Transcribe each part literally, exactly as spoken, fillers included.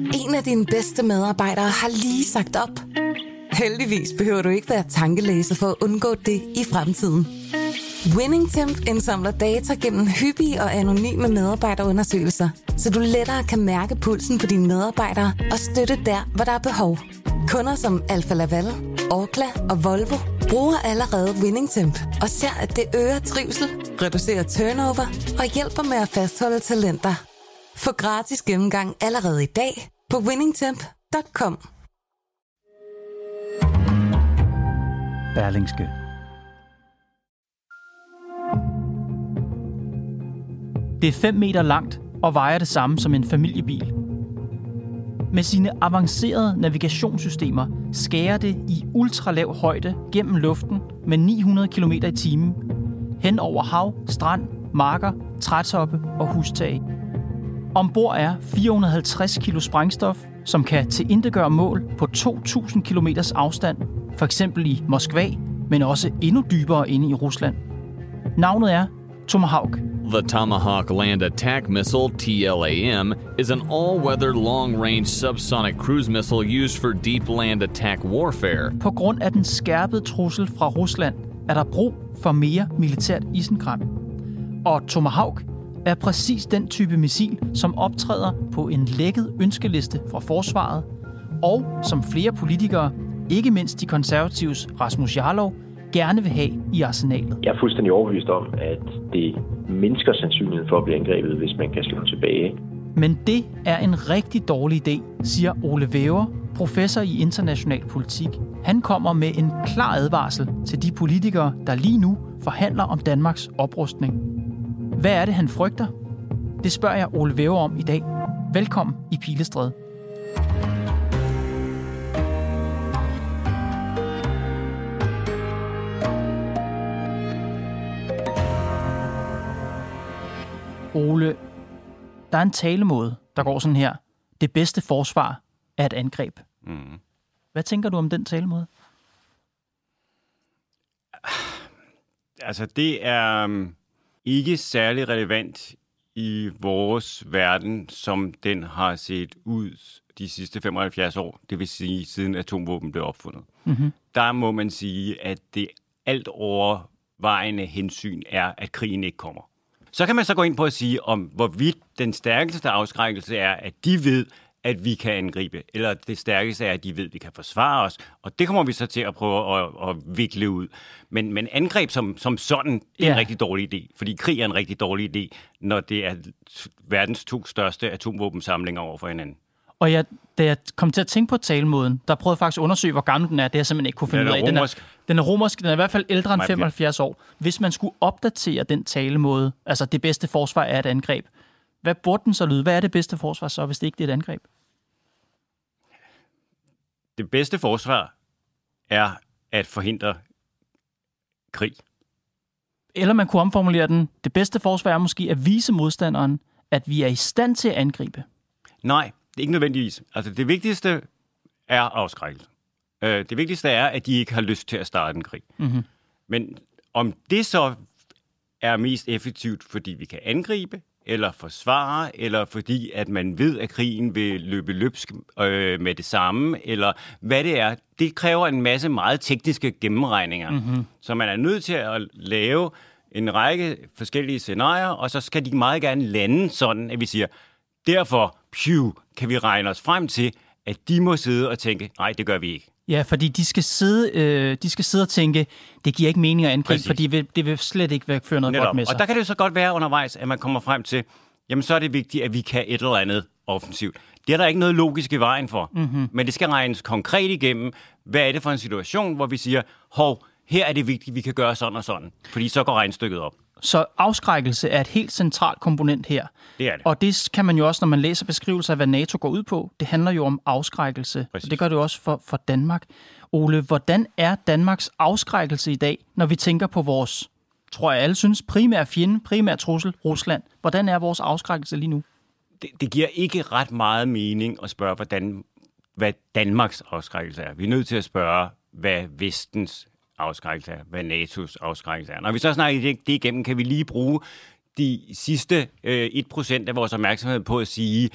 En af dine bedste medarbejdere har lige sagt op. Heldigvis behøver du ikke være tankelæser for at undgå det i fremtiden. WinningTemp indsamler data gennem hyppige og anonyme medarbejderundersøgelser, så du lettere kan mærke pulsen på dine medarbejdere og støtte der, hvor der er behov. Kunder som Alfa Laval, Orkla og Volvo bruger allerede WinningTemp og ser, at det øger trivsel, reducerer turnover og hjælper med at fastholde talenter. Få gratis gennemgang allerede i dag på winningtemp punktum com. Berlingske. Det er fem meter langt og vejer det samme som en familiebil. Med sine avancerede navigationssystemer skærer det i ultralav højde gennem luften med ni hundrede kilometer i timen, hen over hav, strand, marker, trætoppe og hustage. Ombord er fire hundrede og halvtreds kilo sprængstof, som kan tilintetgøre mål på to tusind kilometers afstand, for eksempel i Moskva, men også endnu dybere inde i Rusland. Navnet er Tomahawk. The Tomahawk Land Attack Missile, T L A M, is an all-weather long-range subsonic cruise missile used for deep land attack warfare. På grund af den skærpede trussel fra Rusland er der brug for mere militært isenkram. Og Tomahawk er præcis den type missil, som optræder på en lækket ønskeliste fra forsvaret, og som flere politikere, ikke mindst de konservatives Rasmus Jarlov, gerne vil have i arsenalet. Jeg er fuldstændig overbevist om, at det mindsker sandsynligheden for at blive angrebet, hvis man kan slå tilbage. Men det er en rigtig dårlig idé, siger Ole Væver, professor i international politik. Han kommer med en klar advarsel til de politikere, der lige nu forhandler om Danmarks oprustning. Hvad er det, han frygter? Det spørger jeg Ole Væver om i dag. Velkommen i Pilestræde. Ole, der er en talemåde, der går sådan her. Det bedste forsvar er et angreb. Mm. Hvad tænker du om den talemåde? Altså, det er ikke særlig relevant i vores verden, som den har set ud de sidste femoghalvfjerds år, det vil sige siden atomvåben blev opfundet. Mm-hmm. Der må man sige, at det alt overvejende hensyn er, at krigen ikke kommer. Så kan man så gå ind på at sige, om hvorvidt den stærkeste afskrækkelse er, at de ved, at vi kan angribe, eller det stærkeste er, at de ved, at vi kan forsvare os. Og det kommer vi så til at prøve at, at vikle ud. Men, men angreb som, som sådan, det er ja. en rigtig dårlig idé. Fordi krig er en rigtig dårlig idé, når det er verdens to største atomvåbensamlinger over for hinanden. Og jeg, da jeg kom til at tænke på talemåden, der prøvede jeg faktisk at undersøge, hvor gammel den er. Det har jeg simpelthen ikke kunne finde ud af. Den er, den er romersk, den er i hvert fald ældre end femoghalvfjerds år. Hvis man skulle opdatere den talemåde, altså det bedste forsvar er et angreb, hvad burde den så lyde? Hvad er det bedste forsvar så, hvis det ikke er et angreb? Det bedste forsvar er at forhindre krig. Eller man kunne omformulere den. Det bedste forsvar er måske at vise modstanderen, at vi er i stand til at angribe. Nej, det er ikke nødvendigvis. Altså det vigtigste er afskrækkelse. Det vigtigste er, at de ikke har lyst til at starte en krig. Mm-hmm. Men om det så er mest effektivt, fordi vi kan angribe, eller forsvare, eller fordi at man ved, at krigen vil løbe løbsk øh, med det samme, eller hvad det er, det kræver en masse meget tekniske gennemregninger. Mm-hmm. Så man er nødt til at lave en række forskellige scenarier, og så skal de meget gerne lande sådan, at vi siger, derfor phew, kan vi regne os frem til, at de må sidde og tænke, nej, det gør vi ikke. Ja, fordi de skal sidde, øh, de skal sidde og tænke, det giver ikke mening at angribe, fordi det vil, det vil slet ikke føre noget Netop. godt med sig. Og der kan det jo så godt være undervejs, at man kommer frem til, jamen så er det vigtigt, at vi kan et eller andet offensivt. Det er der ikke noget logisk i vejen for, mm-hmm. men det skal regnes konkret igennem, hvad er det for en situation, hvor vi siger, hov, her er det vigtigt, at vi kan gøre sådan og sådan, fordi så går regnstykket op. Så afskrækkelse er et helt centralt komponent her. Det er det. Og det kan man jo også, når man læser beskrivelser af, hvad NATO går ud på. Det handler jo om afskrækkelse. Præcis. Og det gør det også for, for Danmark. Ole, hvordan er Danmarks afskrækkelse i dag, når vi tænker på vores, tror jeg alle synes, primære fjende, primære trussel, Rusland? Hvordan er vores afskrækkelse lige nu? Det, det giver ikke ret meget mening at spørge, hvordan, hvad Danmarks afskrækkelse er. Vi er nødt til at spørge, hvad Vestens afskrækkelse er, hvad N A T O's afskrækkelse er. Når vi så snakker det, det igennem, kan vi lige bruge de sidste øh, et procent af vores opmærksomhed på at sige,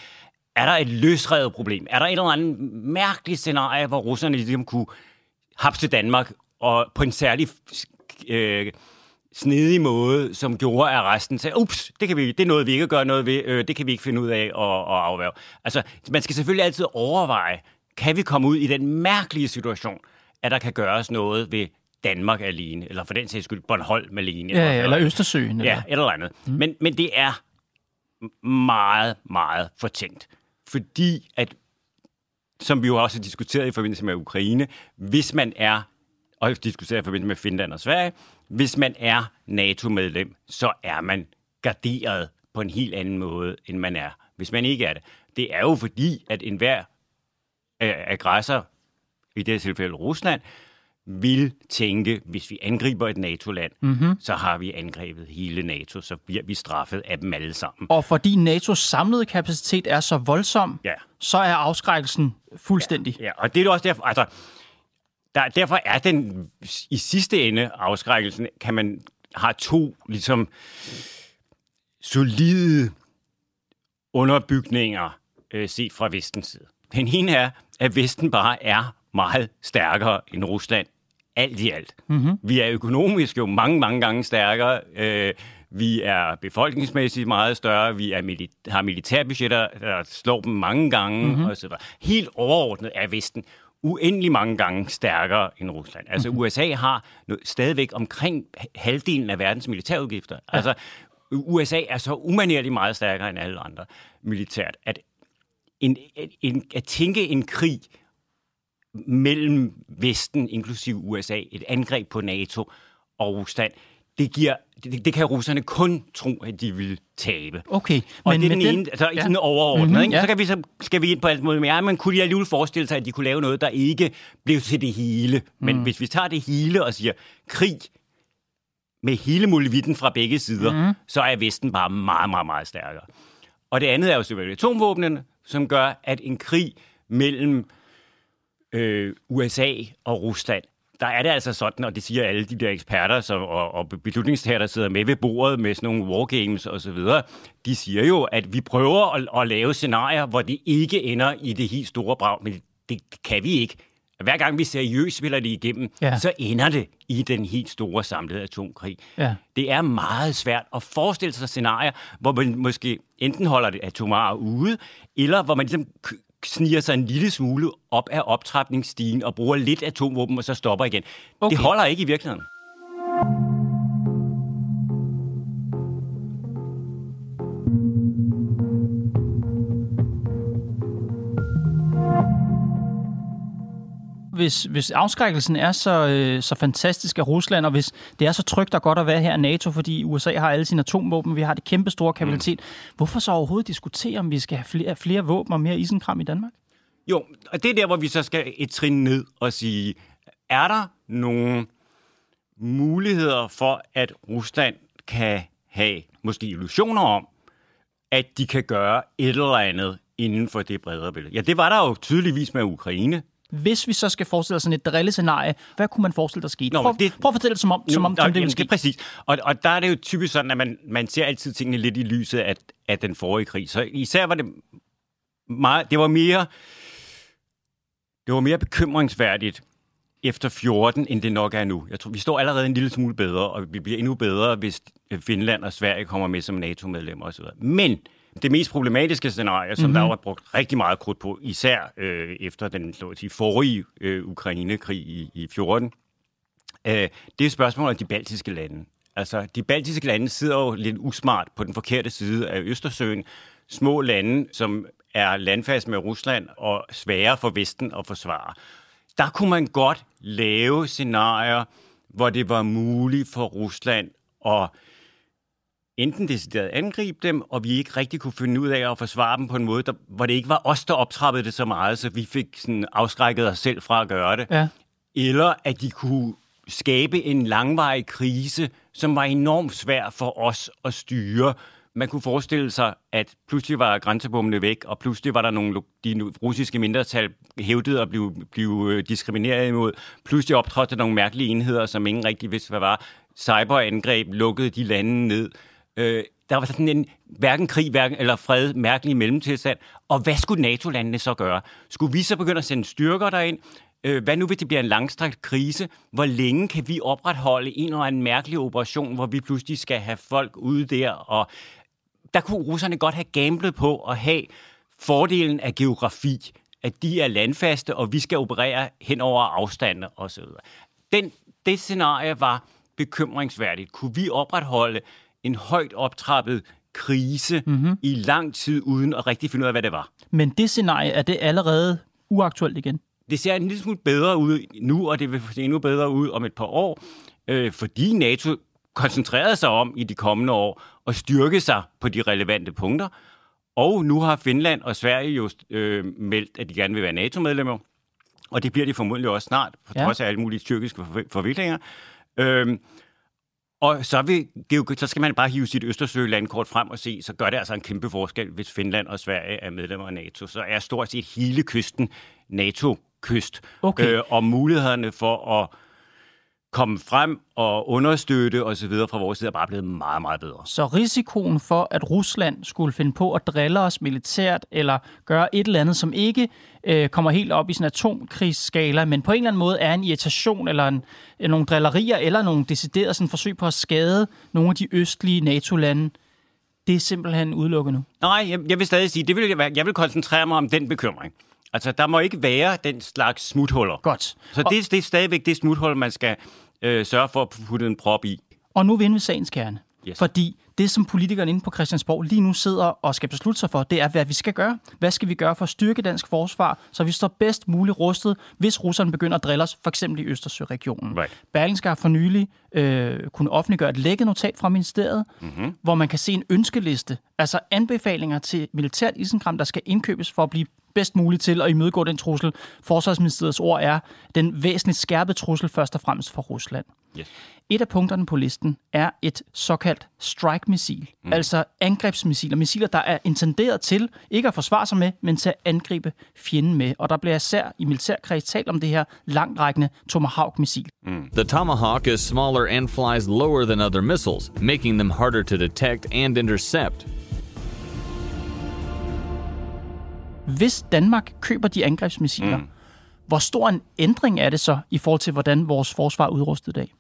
er der et løsrevet problem? Er der et eller andet mærkeligt scenarie, hvor russerne ligesom kunne hapse Danmark og på en særlig øh, snedig måde, som gjorde, at resten sagde, ups, det, kan vi, det er noget, vi ikke gør noget ved, øh, det kan vi ikke finde ud af at, at afværge. Altså, man skal selvfølgelig altid overveje, kan vi komme ud i den mærkelige situation, at der kan gøres noget ved Danmark alene, eller for den sags skyld Bornholm alene. Ja, eller, eller, eller Østersøen. Ja, eller, eller andet. Mm. Men, men det er meget, meget fortænkt. Fordi at, som vi jo også har diskuteret i forbindelse med Ukraine, hvis man er, og diskuteret i forbindelse med Finland og Sverige, hvis man er NATO-medlem, så er man garderet på en helt anden måde, end man er, hvis man ikke er det. Det er jo fordi, at enhver aggressor, i det her tilfælde Rusland, vil tænke, hvis vi angriber et NATO-land, mm-hmm. så har vi angrebet hele NATO, så bliver vi straffet af dem alle sammen. Og fordi N A T O's samlede kapacitet er så voldsom, ja. så er afskrækkelsen fuldstændig. Ja, ja. Og det er også derfor, altså, der, derfor er den i sidste ende afskrækkelsen, kan man have to ligesom solide underbygninger øh, set fra Vestens side. Den ene er, at Vesten bare er meget stærkere end Rusland, alt i alt. Mm-hmm. Vi er økonomisk jo mange, mange gange stærkere. Øh, vi er befolkningsmæssigt meget større. Vi er mili- har militærbudgetter, der slår dem mange gange. Mm-hmm. Og så videre. Helt overordnet er Vesten uendelig mange gange stærkere end Rusland. Altså mm-hmm. U S A har noget, stadigvæk omkring halvdelen af verdens militærudgifter. Ja. Altså U S A er så umanerligt meget stærkere end alle andre militært, at en, en, at tænke en krig mellem Vesten, inklusive U S A, et angreb på NATO og Rusland, det giver, det, det kan russerne kun tro, at de vil tabe. Okay, og men det er den den, ene, altså ja. sådan overordnet, Mm-hmm, ikke? Ja. Så kan vi så skal vi ind på alt muligt mere. Man kunne alligevel forestille sig, at de kunne lave noget, der ikke blev til det hele. Men mm. hvis vi tager det hele og siger krig med hele muligheden fra begge sider, mm. så er Vesten bare meget, meget, meget stærkere. Og det andet er jo selvfølgelig atomvåbnene, som gør, at en krig mellem øh, U S A og Rusland, der er det altså sådan, og det siger alle de der eksperter som, og, og beslutningstagere, der sidder med ved bordet med sådan nogle wargames og så videre, de siger jo, at vi prøver at, at lave scenarier, hvor det ikke ender i det helt store brag, men det, det kan vi ikke. Hver gang vi seriøst spiller det igennem, ja. så ender det i den helt store samlede atomkrig. Ja. Det er meget svært at forestille sig scenarier, hvor man måske enten holder det atomare ude, eller hvor man ligesom sniger sig en lille smule op af optrapningsstigen og bruger lidt atomvåben, og så stopper igen. Okay. Det holder ikke i virkeligheden. Hvis, hvis afskrækkelsen er så, øh, så fantastisk af Rusland, og hvis det er så trygt og godt at være her i NATO, fordi U S A har alle sine atomvåben, vi har det kæmpe store kapacitet, mm. hvorfor så overhovedet diskutere, om vi skal have flere, flere våben og mere isenkram i Danmark? Jo, og det er der, hvor vi så skal et trin ned og sige, er der nogle muligheder for, at Rusland kan have måske illusioner om, at de kan gøre et eller andet inden for det bredere billede? Ja, det var der jo tydeligvis med Ukraine. Hvis vi så skal forestille os sådan et drillescenarie, hvad kunne man forestille, der skete? Nå, prøv, det, prøv at fortælle det som om, som om der, som det ville ske. Præcis. Og, og der er det jo typisk sådan, at man, man ser altid tingene lidt i lyset af, af den forrige krig. Så især var det meget, det var mere, det var mere bekymringsværdigt efter fjorten, end det nok er nu. Jeg tror, vi står allerede en lille smule bedre, og vi bliver endnu bedre, hvis Finland og Sverige kommer med som NATO-medlemmer osv. Men det mest problematiske scenarie, som mm-hmm. der var brugt rigtig meget krudt på, især øh, efter den sige, forrige øh, Ukraine-krig i, i fjorten, øh, det er spørgsmålet om de baltiske lande. Altså, de baltiske lande sidder jo lidt usmart på den forkerte side af Østersøen. Små lande, som er landfast med Rusland og svære for Vesten at forsvare. Der kunne man godt lave scenarier, hvor det var muligt for Rusland at enten decideret angribe dem, og vi ikke rigtig kunne finde ud af at forsvare dem på en måde, der, hvor det ikke var os, der optrappede det så meget, så vi fik sådan afskrækket os selv fra at gøre det. Ja. Eller at de kunne skabe en langvarig krise, som var enormt svær for os at styre. Man kunne forestille sig, at pludselig var grænsebommene væk, og pludselig var der nogle de russiske mindretal hævdede at blive, blive diskrimineret imod. Pludselig optrådte nogle mærkelige enheder, som ingen rigtig vidste, hvad var. Cyberangreb lukkede de lande ned. Øh, der var sådan en hverken krig hverken, eller fred, mærkelig mellemtilstand. Og hvad skulle NATO-landene så gøre? Skulle vi så begynde at sende styrker derind? Hvad nu, hvis det bliver en langstrakt krise? Hvor længe kan vi opretholde en eller anden mærkelig operation, hvor vi pludselig skal have folk ude der? Og der kunne russerne godt have gamblet på at have fordelen af geografi, at de er landfaste, og vi skal operere hen over afstande osv. Den, det scenarie var bekymringsværdigt. Kunne vi opretholde en højt optrappet krise mm-hmm. i lang tid, uden at rigtig finde ud af, hvad det var? Men det scenarie, er det allerede uaktuelt igen? Det ser en lille smule bedre ud nu, og det vil se endnu bedre ud om et par år, øh, fordi NATO koncentrerede sig om i de kommende år at styrke sig på de relevante punkter. Og nu har Finland og Sverige jo øh, meldt, at de gerne vil være NATO-medlemmer, og det bliver de formodentlig også snart, på ja. trods af alle mulige tyrkiske forviklinger. Øh, og så, vil, så skal man bare hive sit Østersø-landkort frem og se, så gør det altså en kæmpe forskel, hvis Finland og Sverige er medlemmer af NATO. Så er stort set hele kysten NATO-kyst. Okay. Øh, og mulighederne for at komme frem og understøtte osv. fra vores side er bare blevet meget, meget bedre. Så risikoen for, at Rusland skulle finde på at drille os militært, eller gøre et eller andet, som ikke øh, kommer helt op i sådan en atomkrigsskala, men på en eller anden måde er en irritation, eller en, nogle drillerier, eller nogle deciderede sådan forsøg på at skade nogle af de østlige NATO-lande, det er simpelthen udelukket nu? Nej, jeg, jeg vil stadig sige, det vil jeg, være, jeg vil koncentrere mig om den bekymring. Altså, der må ikke være den slags smuthuller. Godt. Så det, det er stadigvæk det smuthul, man skal øh, sørge for at putte en prop i. Og nu er vi inde ved sagens kerne. Yes. Fordi det, som politikerne inde på Christiansborg lige nu sidder og skal beslutte sig for, det er, hvad vi skal gøre. Hvad skal vi gøre for at styrke dansk forsvar, så vi står bedst muligt rustet, hvis russerne begynder at drille os, for eksempel i Østersøregionen. Right. Berlingske har for nylig øh, kunne offentliggøre et lækket notat fra ministeriet, mm-hmm. hvor man kan se en ønskeliste, altså anbefalinger til militært isenkram, der skal indkøbes for at blive bedst muligt til at imødegå den trussel. Forsvarsministeriets ord er den væsentligt skærpede trussel først og fremmest for Rusland. Yes. Et af punkterne på listen er et såkaldt strike-missil, mm. altså angrebsmissiler, missiler, der er intenderet til ikke at forsvare sig med, men til at angribe fjenden med. Og der bliver især i militærkreds talt om det her langtrækkende Tomahawk-missil. Mm. The Tomahawk is smaller and flies lower than other missiles, making them harder to detect and intercept. Hvis Danmark køber de angrebsmissiler, mm. hvor stor en ændring er det så i forhold til, hvordan vores forsvar er udrustet i dag?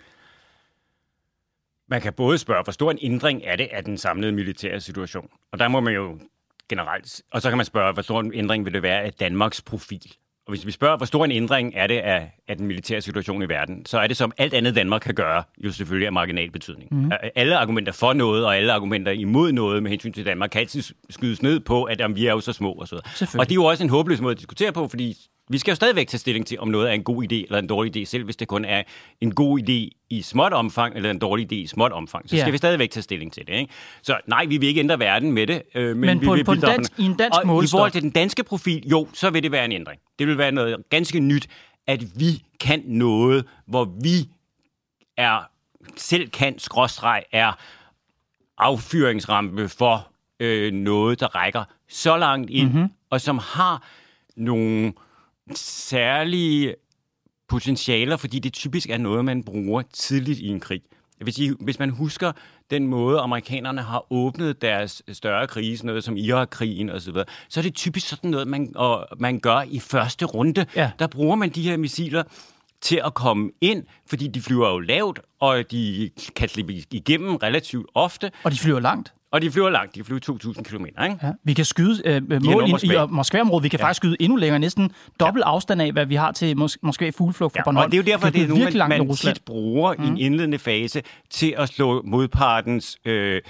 Man kan både spørge, hvor stor en ændring er det af den samlede militære situation? Og der må man jo generelt... Og så kan man spørge, hvor stor en ændring vil det være af Danmarks profil? Og hvis vi spørger, hvor stor en ændring er det af, af den militære situation i verden, så er det, som alt andet Danmark kan gøre, jo selvfølgelig af marginal betydning. Mm. Alle argumenter for noget, og alle argumenter imod noget med hensyn til Danmark, kan altid skydes ned på, at jamen, vi er jo så små og så videre. Og det er jo også en håbløs måde at diskutere på, fordi vi skal jo stadigvæk tage stilling til, om noget er en god idé eller en dårlig idé, selv hvis det kun er en god idé i småt omfang, eller en dårlig idé i småt omfang. Så yeah. skal vi stadigvæk tage stilling til det. Ikke? Så nej, vi vil ikke ændre verden med det. Øh, men men vi på, vil på en dansk, i en dansk og målestok. I forhold til den danske profil, jo, så vil det være en ændring. Det vil være noget ganske nyt, at vi kan noget, hvor vi er selv kan, skråstreg, er affyringsrampe for øh, noget, der rækker så langt ind, mm-hmm. og som har nogle særlige potentialer, fordi det typisk er noget, man bruger tidligt i en krig. Jeg vil sige, hvis man husker den måde, amerikanerne har åbnet deres større krise, noget som Irak-krigen osv., så er det typisk sådan noget, man, og man gør i første runde. Ja. Der bruger man de her missiler til at komme ind, fordi de flyver jo lavt, og de kan slippe igennem relativt ofte. Og de flyver langt. Og de flyver langt. De kan flyve to tusind kilometer, ikke? Ja. Vi kan skyde øh, mål i, i Moskva-området. Vi kan ja. faktisk skyde endnu længere, næsten dobbelt ja. afstand af, hvad vi har til Mos- Moskva-fugleflugt fra ja, Bornholm. Og det er jo derfor, det er nogle, man, man tit bruger mm. i en indledende fase til at slå modpartens øh,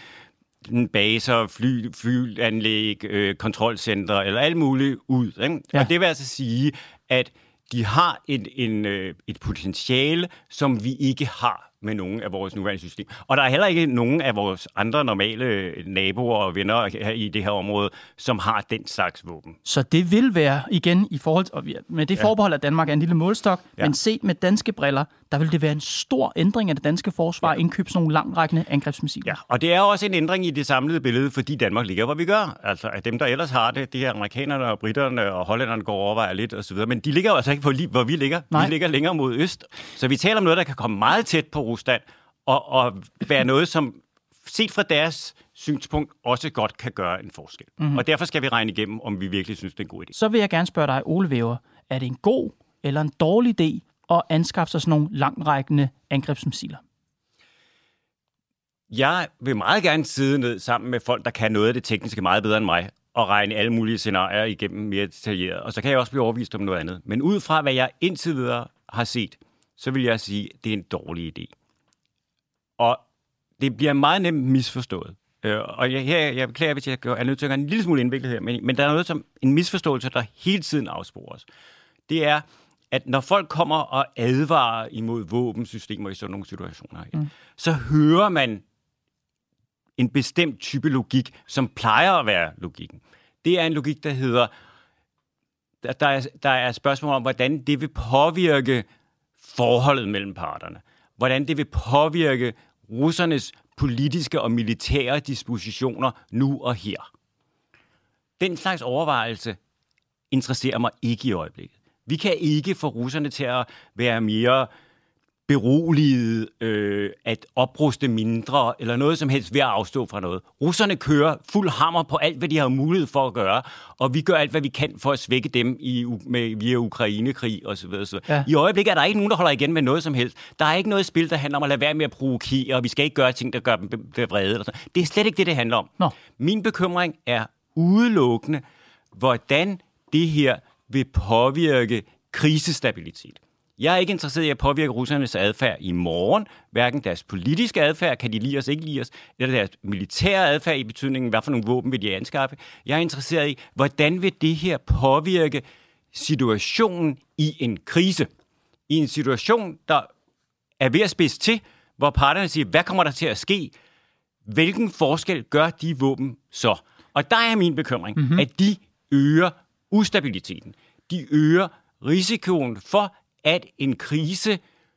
baser, fly, flyanlæg, øh, kontrolcenter eller alt muligt ud. Ikke? Ja. Og det vil altså sige, at de har et, en, øh, et potentiale, som vi ikke har med nogle af vores nuværende system. Og der er heller ikke nogen af vores andre normale naboer og venner her i det her område, som har den slags våben. Så det vil være, igen, i forhold til, med det forbehold, at Danmark er en lille målstok, ja. men set med danske briller, der vil det være en stor ændring af det danske forsvar, ja. indkøbe sådan nogle langtrækkende angrebsmissiler. Ja, og det er også en ændring i det samlede billede, fordi Danmark ligger, hvor vi gør. Altså, at dem, der ellers har det, det her amerikanerne og britterne og hollænderne går overvejer lidt osv., men de ligger altså ikke på, hvor vi ligger. Nej. Vi ligger længere mod øst. Så vi taler om noget, der kan komme meget tæt på Rusland, og, og være noget, som set fra deres synspunkt også godt kan gøre en forskel. Mm-hmm. Og derfor skal vi regne igennem, om vi virkelig synes, det er en god idé. Så vil jeg gerne spørge dig, Ole Væver, er det en god eller en dårlig idé at anskaffe sig sådan nogle langtrækkende angrebsmissiler? Jeg vil meget gerne sidde ned sammen med folk, der kan noget af det tekniske meget bedre end mig, og regne alle mulige scenarier igennem mere detaljeret. Og så kan jeg også blive overbevist om noget andet. Men ud fra, hvad jeg indtil videre har set, så vil jeg sige, at det er en dårlig idé. Og det bliver meget nemt misforstået. Og jeg, her, jeg beklager, hvis jeg er nødt til at gøre en lille smule indviklet her, men, men der er noget som en misforståelse, der hele tiden afspores. Det er, at når folk kommer og advarer imod våbensystemer i sådan nogle situationer, mm. så hører man en bestemt type logik, som plejer at være logikken. Det er en logik, der hedder, der er, der er spørgsmål om, hvordan det vil påvirke forholdet mellem parterne. Hvordan det vil påvirke russernes politiske og militære dispositioner nu og her. Den slags overvejelse interesserer mig ikke i øjeblikket. Vi kan ikke få russerne til at være mere beroliget, øh, at opruste mindre, eller noget som helst ved at afstå fra noget. Russerne kører fuld hammer på alt, hvad de har mulighed for at gøre, og vi gør alt, hvad vi kan for at svække dem i, med, via Ukraine-krig osv. Ja. I øjeblikket er der ikke nogen, der holder igen med noget som helst. Der er ikke noget spil, der handler om at lade være med at provokere, og vi skal ikke gøre ting, der gør dem vrede. Eller sådan. Det er slet ikke det, det handler om. Nå. Min bekymring er udelukkende, hvordan det her vil påvirke krisestabilitet. Jeg er ikke interesseret i at påvirke russernes adfærd i morgen, hverken deres politiske adfærd, kan de lide os, ikke lide os, eller deres militære adfærd i betydningen, hvad for nogle våben vil de anskaffe. Jeg er interesseret i, hvordan vil det her påvirke situationen i en krise. I en situation, der er ved at spidse til, hvor parterne siger, hvad kommer der til at ske? Hvilken forskel gør de våben så? Og der er min bekymring, mm-hmm. at de øger ustabiliteten. De øger risikoen for, at en krise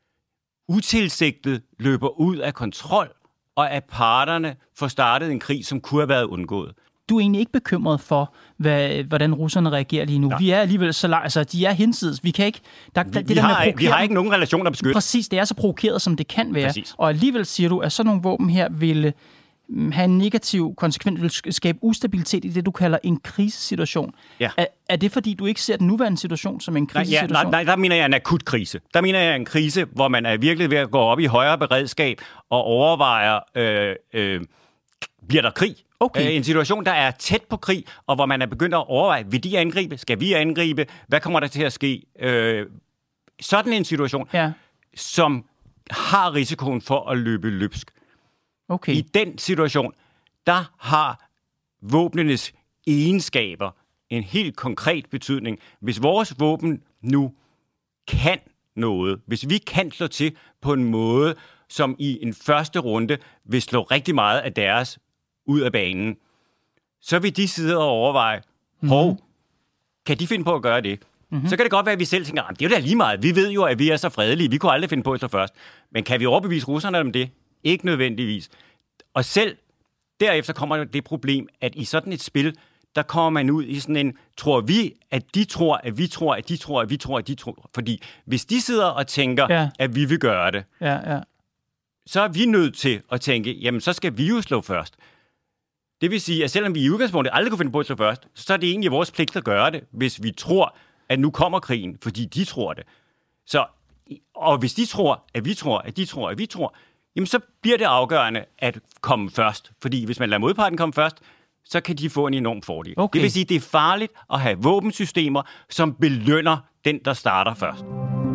utilsigtet løber ud af kontrol, og at parterne får startet en krig, som kunne have været undgået. Du er egentlig ikke bekymret for, hvad, hvordan russerne reagerer lige nu. Nej. Vi er alligevel så langt, altså de er hinsides. Vi kan ikke... Der, vi, det vi, der har, med vi har ikke nogen relation at beskytte. Præcis, det er så provokeret, som det kan være. Præcis. Og alligevel siger du, at sådan nogle våben her ville have en negativ konsekvens, vil skabe ustabilitet i det, du kalder en krisesituation. Ja. Er, er det, fordi du ikke ser den nuværende situation som en krisesituation? Nej, ja, nej, nej, der mener jeg en akut krise. Der mener jeg en krise, hvor man er virkelig ved at gå op i højere beredskab og overvejer, øh, øh, bliver der krig? Okay. Øh, en situation, der er tæt på krig, og hvor man er begyndt at overveje, vil de angribe? Skal vi angribe? Hvad kommer der til at ske? Øh, sådan en situation, ja. Som har risikoen for at løbe løbsk. Okay. I den situation, der har våbnenes egenskaber en helt konkret betydning. Hvis vores våben nu kan noget, hvis vi kan slå til på en måde, som i en første runde vil slå rigtig meget af deres ud af banen, så vil de sidde og overveje, mm-hmm. hov, kan de finde på at gøre det? Mm-hmm. Så kan det godt være, at vi selv tænker, det er jo da lige meget. Vi ved jo, at vi er så fredelige. Vi kunne aldrig finde på at slå først. Men kan vi overbevise russerne om det? Ikke nødvendigvis. Og selv derefter kommer det problem, at i sådan et spil, der kommer man ud i sådan en, tror vi, at de tror, at vi tror, at de tror, at vi tror, at de tror. Fordi hvis de sidder og tænker, ja. At vi vil gøre det, ja, ja. så er vi nødt til at tænke, jamen så skal vi jo slå først. Det vil sige, at selvom vi i udgangspunktet aldrig kunne finde på at slå først, så er det egentlig vores pligt at gøre det, hvis vi tror, at nu kommer krigen, fordi de tror det. Så, og hvis de tror, at vi tror, at de tror, at vi tror, jamen så bliver det afgørende at komme først. Fordi hvis man lader modparten komme først, så kan de få en enorm fordel. Okay. Det vil sige, at det er farligt at have våbensystemer, som belønner den, der starter først.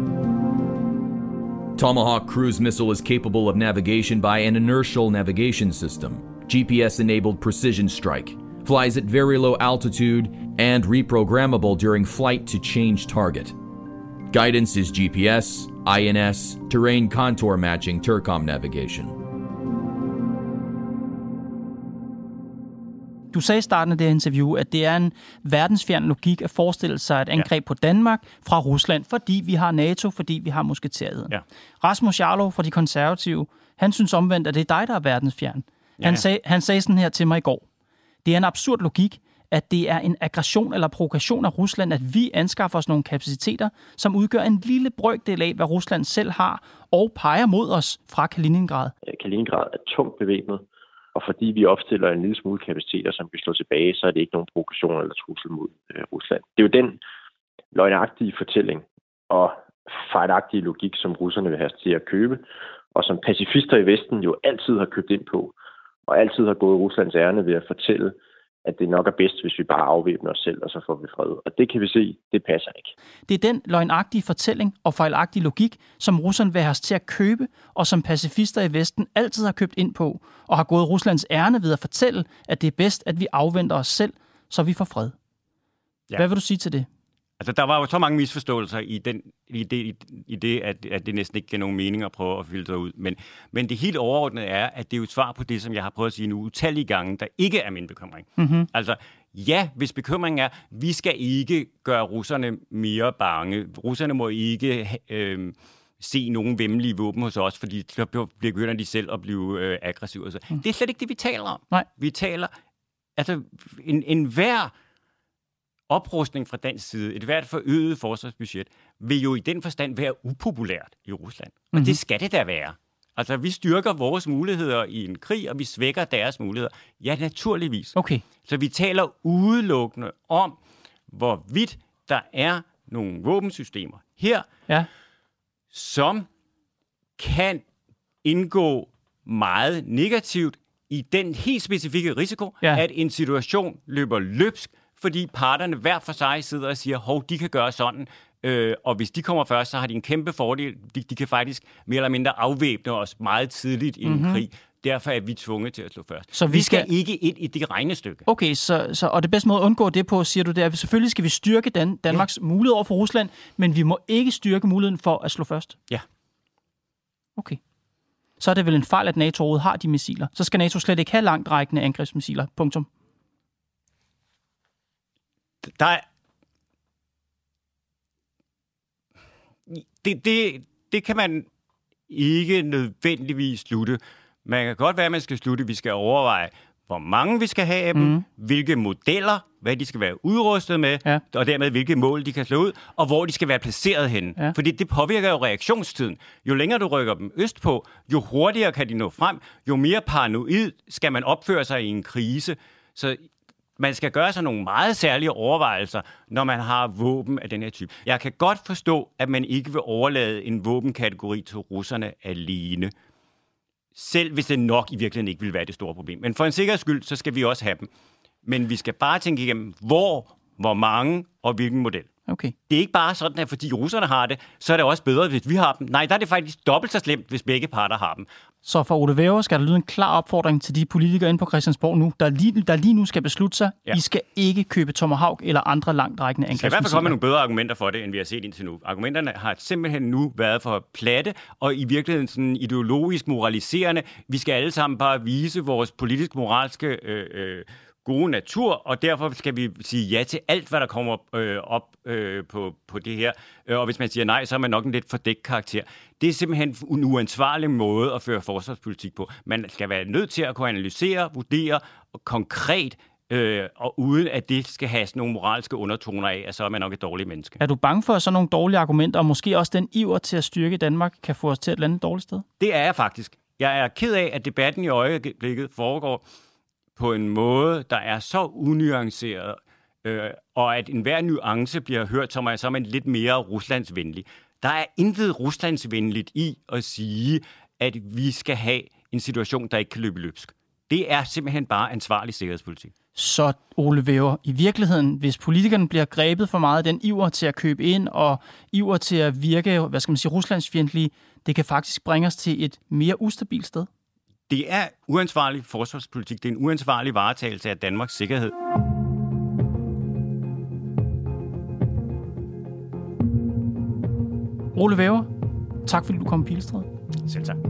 Tomahawk cruise missile is capable of navigation by an inertial navigation system, G P S-enabled precision strike, flies at very low altitude, and reprogrammable during flight to change target. Guidance is G P S, I N S, terrain contour matching Tercom navigation. Du sagde i starten af det her interview, at det er en verdensfjern logik at forestille sig et angreb ja. På Danmark fra Rusland, fordi vi har NATO, fordi vi har musketerheden. Ja. Rasmus Jarlov fra De Konservative, han synes omvendt, at det er dig, der er verdensfjern. Ja, han, ja. Sag, han sagde sådan her til mig i går. Det er en absurd logik, at det er en aggression eller provokation af Rusland, at vi anskaffer os nogle kapaciteter, som udgør en lille brøkdel af, hvad Rusland selv har, og peger mod os fra Kaliningrad. Kaliningrad er tungt bevæbnet, Og fordi vi opstiller en lille smule kapaciteter, som kan slå tilbage, så er det ikke nogen provokation eller trussel mod øh, Rusland. Det er jo den løgnagtige fortælling og fejlagtige logik, som russerne vil have til at købe, og som pacifister i Vesten jo altid har købt ind på, og altid har gået Ruslands ærne ved at fortælle, at det nok er bedst, hvis vi bare afvæbner os selv, og så får vi fred. Og det kan vi se, det passer ikke. Det er den løgnagtige fortælling og fejlagtige logik, som russerne vil have os til at købe, og som pacifister i Vesten altid har købt ind på, og har gået Ruslands ærne ved at fortælle, at det er bedst, at vi afventer os selv, så vi får fred. Ja. Hvad vil du sige til det? Altså, der var jo så mange misforståelser i, den, i det, i, i det at, at det næsten ikke giver nogen mening at prøve at filtre ud. Men, men det helt overordnede er, at det er jo et svar på det, som jeg har prøvet at sige nu utallige gange, der ikke er min bekymring. Mm-hmm. Altså, ja, hvis bekymringen er, vi skal ikke gøre russerne mere bange. Russerne må ikke øh, se nogen væmmelige våben hos os, fordi så begynder de selv at blive øh, aggressive. Altså, mm. Det er slet ikke det, vi taler om. Nej. Vi taler, altså, en, en hver oprustning fra dansk side, et hvert forøget forsvarsbudget, vil jo i den forstand være upopulært i Rusland. Og mm-hmm. det skal det da være. Altså, vi styrker vores muligheder i en krig, og vi svækker deres muligheder. Ja, naturligvis. Okay. Så vi taler udelukkende om, hvorvidt der er nogle våbensystemer her, ja. som kan indgå meget negativt i den helt specifikke risiko, ja. at en situation løber løbsk, fordi parterne hver for sig sidder og siger, hov, de kan gøre sådan, øh, og hvis de kommer først, så har de en kæmpe fordel. De, de kan faktisk mere eller mindre afvæbne os meget tidligt i en mm-hmm. krig. Derfor er vi tvunget til at slå først. Så vi, vi skal, skal ikke ind i det regnestykke. Okay, så, så, og det bedste måde at undgå det på, siger du, det er, at selvfølgelig skal vi styrke Dan, Danmarks ja. mulighed over for Rusland, men vi må ikke styrke muligheden for at slå først. Ja. Okay. Så er det vel en fejl, at NATO overhovedet har de missiler. Så skal NATO slet ikke have langtrækkende angrebsmissiler. Punktum. Der er... Det, det, det kan man ikke nødvendigvis slutte. Man kan godt være, at man skal slutte. Vi skal overveje, hvor mange vi skal have af dem, mm. hvilke modeller, hvad de skal være udrustet med, ja. og dermed hvilke mål de kan slå ud, og hvor de skal være placeret henne. Ja. Fordi det påvirker jo reaktionstiden. Jo længere du rykker dem østpå, jo hurtigere kan de nå frem, jo mere paranoid skal man opføre sig i en krise. Så man skal gøre sig nogle meget særlige overvejelser, når man har våben af den her type. Jeg kan godt forstå, at man ikke vil overlade en våbenkategori til russerne alene. Selv hvis det nok i virkeligheden ikke vil være det store problem. Men for en sikkerheds skyld, så skal vi også have dem. Men vi skal bare tænke igennem, hvor, hvor mange og hvilken model. Okay. Det er ikke bare sådan, at fordi russerne har det, så er det også bedre, hvis vi har dem. Nej, der er det faktisk dobbelt så slemt, hvis begge parter har dem. Så for Ole Væver skal der lyde en klar opfordring til de politikere inde på Christiansborg nu, der lige, der lige nu skal beslutte sig. Ja. I skal ikke købe Tomahawk eller andre langtrækkende angrebsmissiler. Der skal i hvert fald komme nogle bedre argumenter for det, end vi har set indtil nu. Argumenterne har simpelthen nu været for platte, og i virkeligheden sådan ideologisk moraliserende. Vi skal alle sammen bare vise vores politisk-moralske øh, øh, gode natur, og derfor skal vi sige ja til alt, hvad der kommer øh, op øh, på, på det her. Og hvis man siger nej, så er man nok en lidt fordækt karakter. Det er simpelthen en uansvarlig måde at føre forsvarspolitik på. Man skal være nødt til at kunne analysere, vurdere og konkret, øh, og uden at det skal have nogle moralske undertoner af, at så er man nok et dårligt menneske. Er du bange for, at sådan nogle dårlige argumenter, og måske også den iver til at styrke Danmark, kan få os til at lande et dårligt sted? Det er jeg faktisk. Jeg er ked af, at debatten i øjeblikket foregår på en måde, der er så unuanceret, øh, og at enhver nuance bliver hørt, som er, så er man lidt mere ruslandsvenlig. Der er intet ruslandsvenligt i at sige, at vi skal have en situation, der ikke kan løbe løbsk. Det er simpelthen bare ansvarlig sikkerhedspolitik. Så Ole Væver, i virkeligheden, hvis politikerne bliver grebet for meget af den iver til at købe ind, og iver til at virke, hvad skal man sige, ruslandsfjendtlige, det kan faktisk bringe os til et mere ustabilt sted. Det er uansvarlig forsvarspolitik. Det er en uansvarlig varetagelse af Danmarks sikkerhed. Ole Væver, tak fordi du kom på Pilestræde. Selv tak.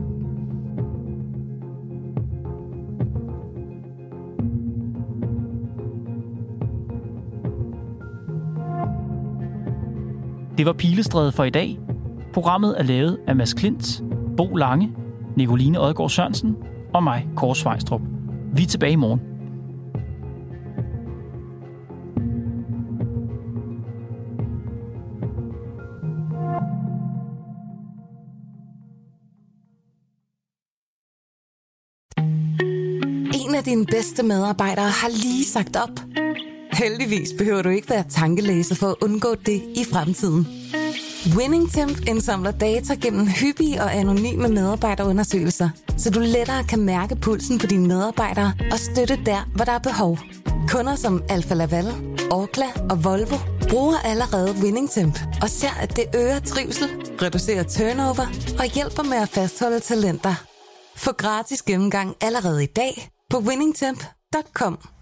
Det var Pilestræde for i dag. Programmet er lavet af Mads Klint, Bo Lange, Nicoline Odgaard Sørensen og mig, Kåre Svejstrup. Vi er tilbage i morgen. af dine bedste medarbejdere har lige sagt op. Heldigvis behøver du ikke være tankelæser for at undgå det i fremtiden. WinningTemp indsamler data gennem hyppige og anonyme medarbejderundersøgelser, så du lettere kan mærke pulsen på dine medarbejdere og støtte der, hvor der er behov. Kunder som Alfa Laval, Orkla og Volvo bruger allerede WinningTemp og ser, at det øger trivsel, reducerer turnover og hjælper med at fastholde talenter. Få gratis gennemgang allerede i dag på winningtemp punktum com.